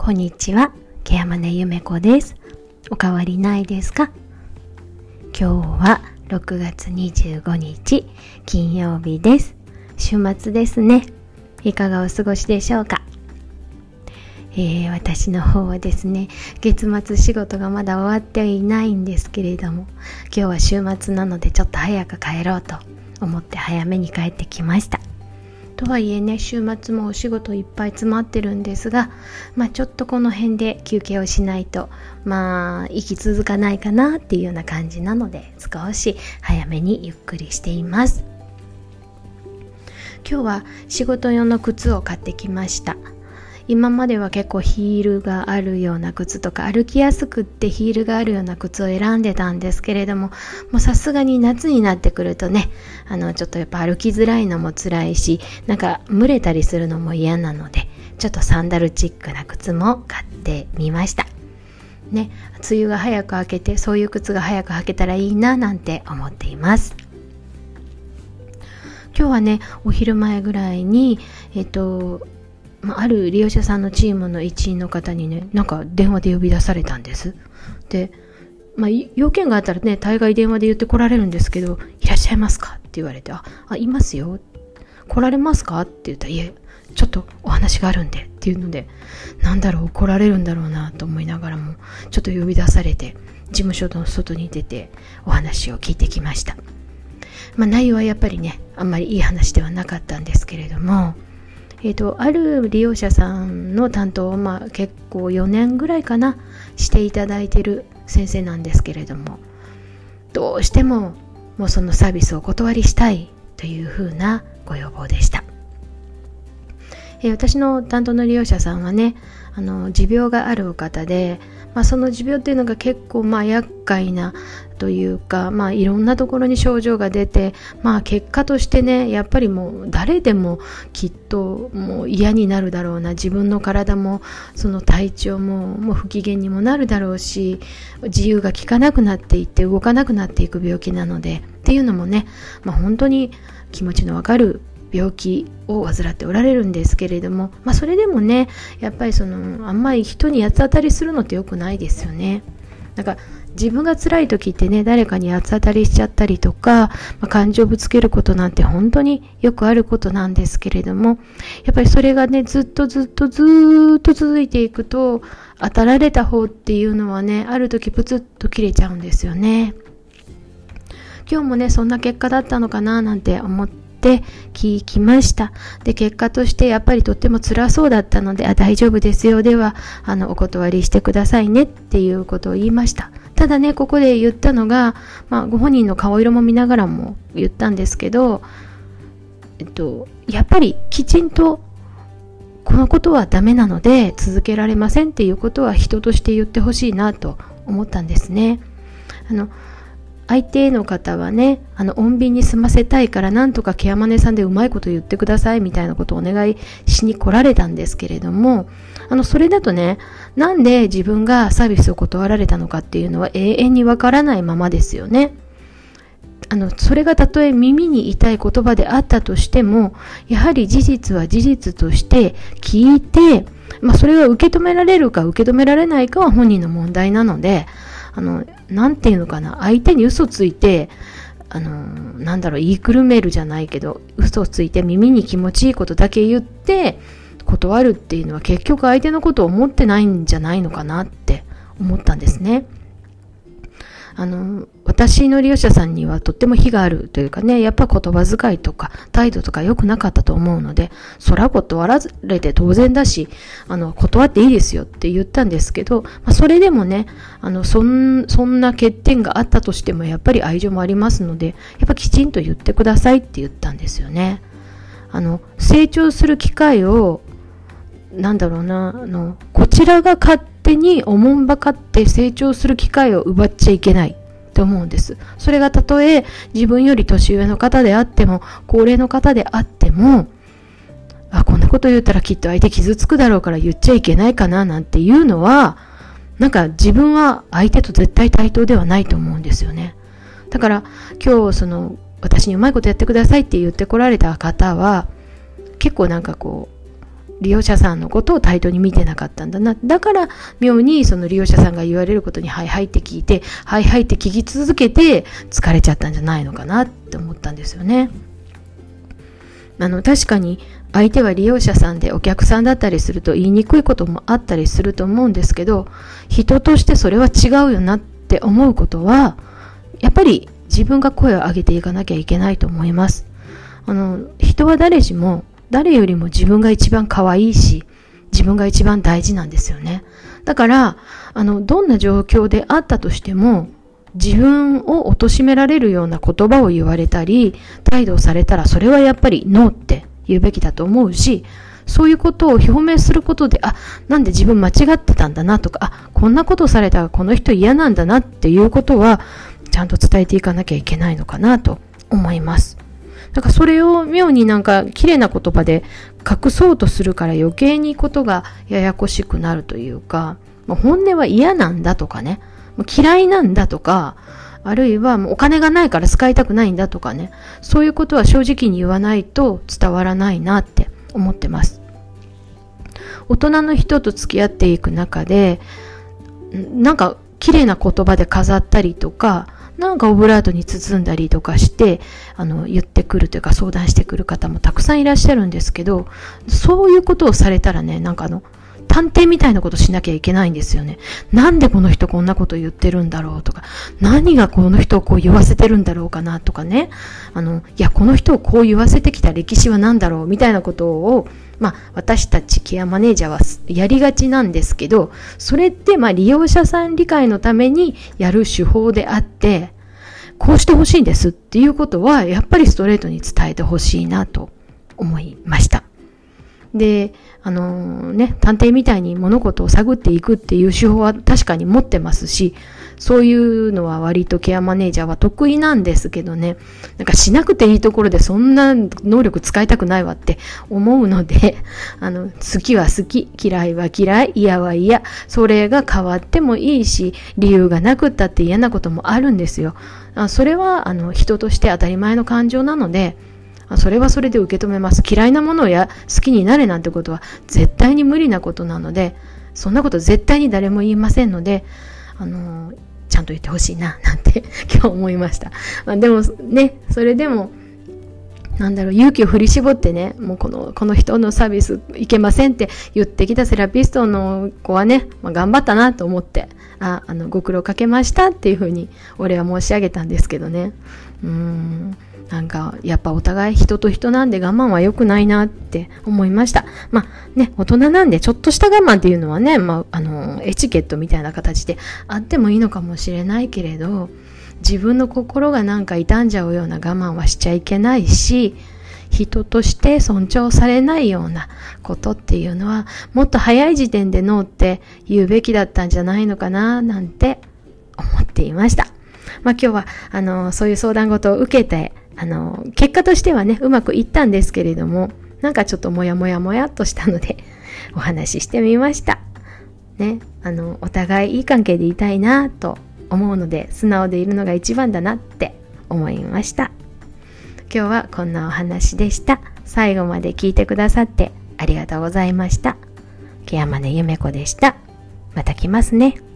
こんにちは、ケヤマネゆめこです。おかわりないですか？今日は6月25日金曜日です。週末ですね。いかがお過ごしでしょうか？私の方はですね、月末仕事がまだ終わっていないんですけれども、今日は週末なのでちょっと早く帰ろうと思って早めに帰ってきました。とはいえね、週末もお仕事いっぱい詰まってるんですが、ちょっとこの辺で休憩をしないと息続かないかなっていうような感じなので、少し早めにゆっくりしています。今日は仕事用の靴を買ってきました。今までは結構ヒールがあるような靴とか、歩きやすくってヒールがあるような靴を選んでたんですけれども、もうさすがに夏になってくるとね、ちょっとやっぱ歩きづらいのも辛いし、蒸れたりするのも嫌なので、ちょっとサンダルチックな靴も買ってみましたね。梅雨が早く明けて、そういう靴が早く履けたらいいななんて思っています。今日はね、お昼前ぐらいにある利用者さんのチームの一員の方にね、電話で呼び出されたんです。で、要件があったらね、大概電話で言って来られるんですけど、いらっしゃいますかって言われて、いますよ。来られますかって言ったら、いえ、ちょっとお話があるんでっていうので、来られるんだろうなと思いながらも、ちょっと呼び出されて、事務所の外に出てお話を聞いてきました。内容はやっぱりね、あんまりいい話ではなかったんですけれども、ある利用者さんの担当を結構4年ぐらいかなしていただいている先生なんですけれども、どうしてももうそのサービスをお断りしたいというふうなご要望でした。私の担当の利用者さんはね、持病があるお方で、その持病っていうのが結構厄介なというか、いろんなところに症状が出て、結果としてね、やっぱりもう誰でもきっともう嫌になるだろうな、自分の体もその体調も不機嫌にもなるだろうし、自由が利かなくなっていって動かなくなっていく病気なのでっていうのもね、本当に気持ちのわかる病気を患っておられるんですけれども、それでもね、やっぱりあんまり人に八つ当たりするのって良くないですよね。自分が辛い時ってね、誰かに八つ当たりしちゃったりとか、感情をぶつけることなんて本当によくあることなんですけれども、やっぱりそれがね、ずっと続いていくと、当たられた方っていうのはね、ある時プツッと切れちゃうんですよね。今日もね、そんな結果だったのかななんて思って聞きました。で、結果としてやっぱりとっても辛そうだったので、大丈夫ですよ。ではお断りしてくださいねっていうことを言いました。ただね、ここで言ったのが、ご本人の顔色も見ながらも言ったんですけど、やっぱりきちんとこのことはダメなので続けられませんっていうことは人として言ってほしいなと思ったんですね。相手の方はね、穏便に済ませたいから、なんとかケアマネさんでうまいこと言ってくださいみたいなことをお願いしに来られたんですけれども、それだとね、なんで自分がサービスを断られたのかっていうのは永遠にわからないままですよね。それがたとえ耳に痛い言葉であったとしても、やはり事実は事実として聞いて、それが受け止められるか受け止められないかは本人の問題なので、なんていうのかな、相手に嘘ついて、言いくるめるじゃないけど、嘘をついて耳に気持ちいいことだけ言って断るっていうのは、結局相手のことを思ってないんじゃないのかなって思ったんですね。私の利用者さんにはとっても非があるというかね、やっぱ言葉遣いとか態度とか良くなかったと思うので、そら断られて当然だし、断っていいですよって言ったんですけど、それでもね、そんな欠点があったとしても、やっぱり愛情もありますので、やっぱきちんと言ってくださいって言ったんですよね。成長する機会を、こちらが勝手におもんばかって成長する機会を奪っちゃいけないと思うんです。それがたとえ自分より年上の方であっても、高齢の方であっても、こんなこと言ったらきっと相手傷つくだろうから言っちゃいけないかななんていうのは、自分は相手と絶対対等ではないと思うんですよね。だから今日私にうまいことやってくださいって言ってこられた方は、結構利用者さんのことを対等に見てなかったんだな。だから妙にその利用者さんが言われることにはいはいって聞いて、はいはいって聞き続けて疲れちゃったんじゃないのかなって思ったんですよね。確かに相手は利用者さんでお客さんだったりすると言いにくいこともあったりすると思うんですけど、人としてそれは違うよなって思うことはやっぱり自分が声を上げていかなきゃいけないと思います。人は誰しも誰よりも自分が一番可愛いし、自分が一番大事なんですよね。だからどんな状況であったとしても、自分を貶められるような言葉を言われたり態度をされたら、それはやっぱりノーって言うべきだと思うし、そういうことを表明することで、なんで自分間違ってたんだなとか、こんなことされたらこの人嫌なんだなっていうことはちゃんと伝えていかなきゃいけないのかなと思います。だからそれを妙になんか綺麗な言葉で隠そうとするから余計にことがややこしくなるというか、本音は嫌なんだとかね、嫌いなんだとか、あるいはもうお金がないから使いたくないんだとかね、そういうことは正直に言わないと伝わらないなって思ってます。大人の人と付き合っていく中で、なんか綺麗な言葉で飾ったりとか、なんかオブラートに包んだりとかして言ってくるというか相談してくる方もたくさんいらっしゃるんですけど、そういうことをされたらね、なんか探偵みたいなことしなきゃいけないんですよね。なんでこの人こんなこと言ってるんだろうとか、何がこの人をこう言わせてるんだろうかなとかね、いやこの人をこう言わせてきた歴史は何だろうみたいなことを、私たちケアマネージャーはやりがちなんですけど、それって利用者さん理解のためにやる手法であって、こうしてほしいんですっていうことはやっぱりストレートに伝えてほしいなと思いました。で、探偵みたいに物事を探っていくっていう手法は確かに持ってますし、そういうのは割とケアマネージャーは得意なんですけどね、なんかしなくていいところでそんな能力使いたくないわって思うので、好きは好き、嫌いは嫌い、嫌は嫌、それが変わってもいいし、理由がなくったって嫌なこともあるんですよ。それは人として当たり前の感情なので、それはそれで受け止めます。嫌いなものを好きになれなんてことは絶対に無理なことなので、そんなこと絶対に誰も言いませんので、ちゃんと言ってほしいななんて今日思いました。でもね、それでも勇気を振り絞ってね、もうこの人のサービスいけませんって言ってきたセラピストの子はね、頑張ったなと思って、ご苦労かけましたっていうふうに俺は申し上げたんですけどね。なんかやっぱお互い人と人なんで我慢は良くないなって思いました。大人なんでちょっとした我慢っていうのはね、エチケットみたいな形であってもいいのかもしれないけれど、自分の心がなんか傷んじゃうような我慢はしちゃいけないし、人として尊重されないようなことっていうのはもっと早い時点でノーって言うべきだったんじゃないのかななんて思っていました。今日はそういう相談事を受けて、結果としてはねうまくいったんですけれども、なんかちょっともやもやっとしたのでお話ししてみましたね。お互いいい関係でいたいなと思うので、素直でいるのが一番だなって思いました。今日はこんなお話でした。最後まで聞いてくださってありがとうございました。ケアマネゆめこでした。また来ますね。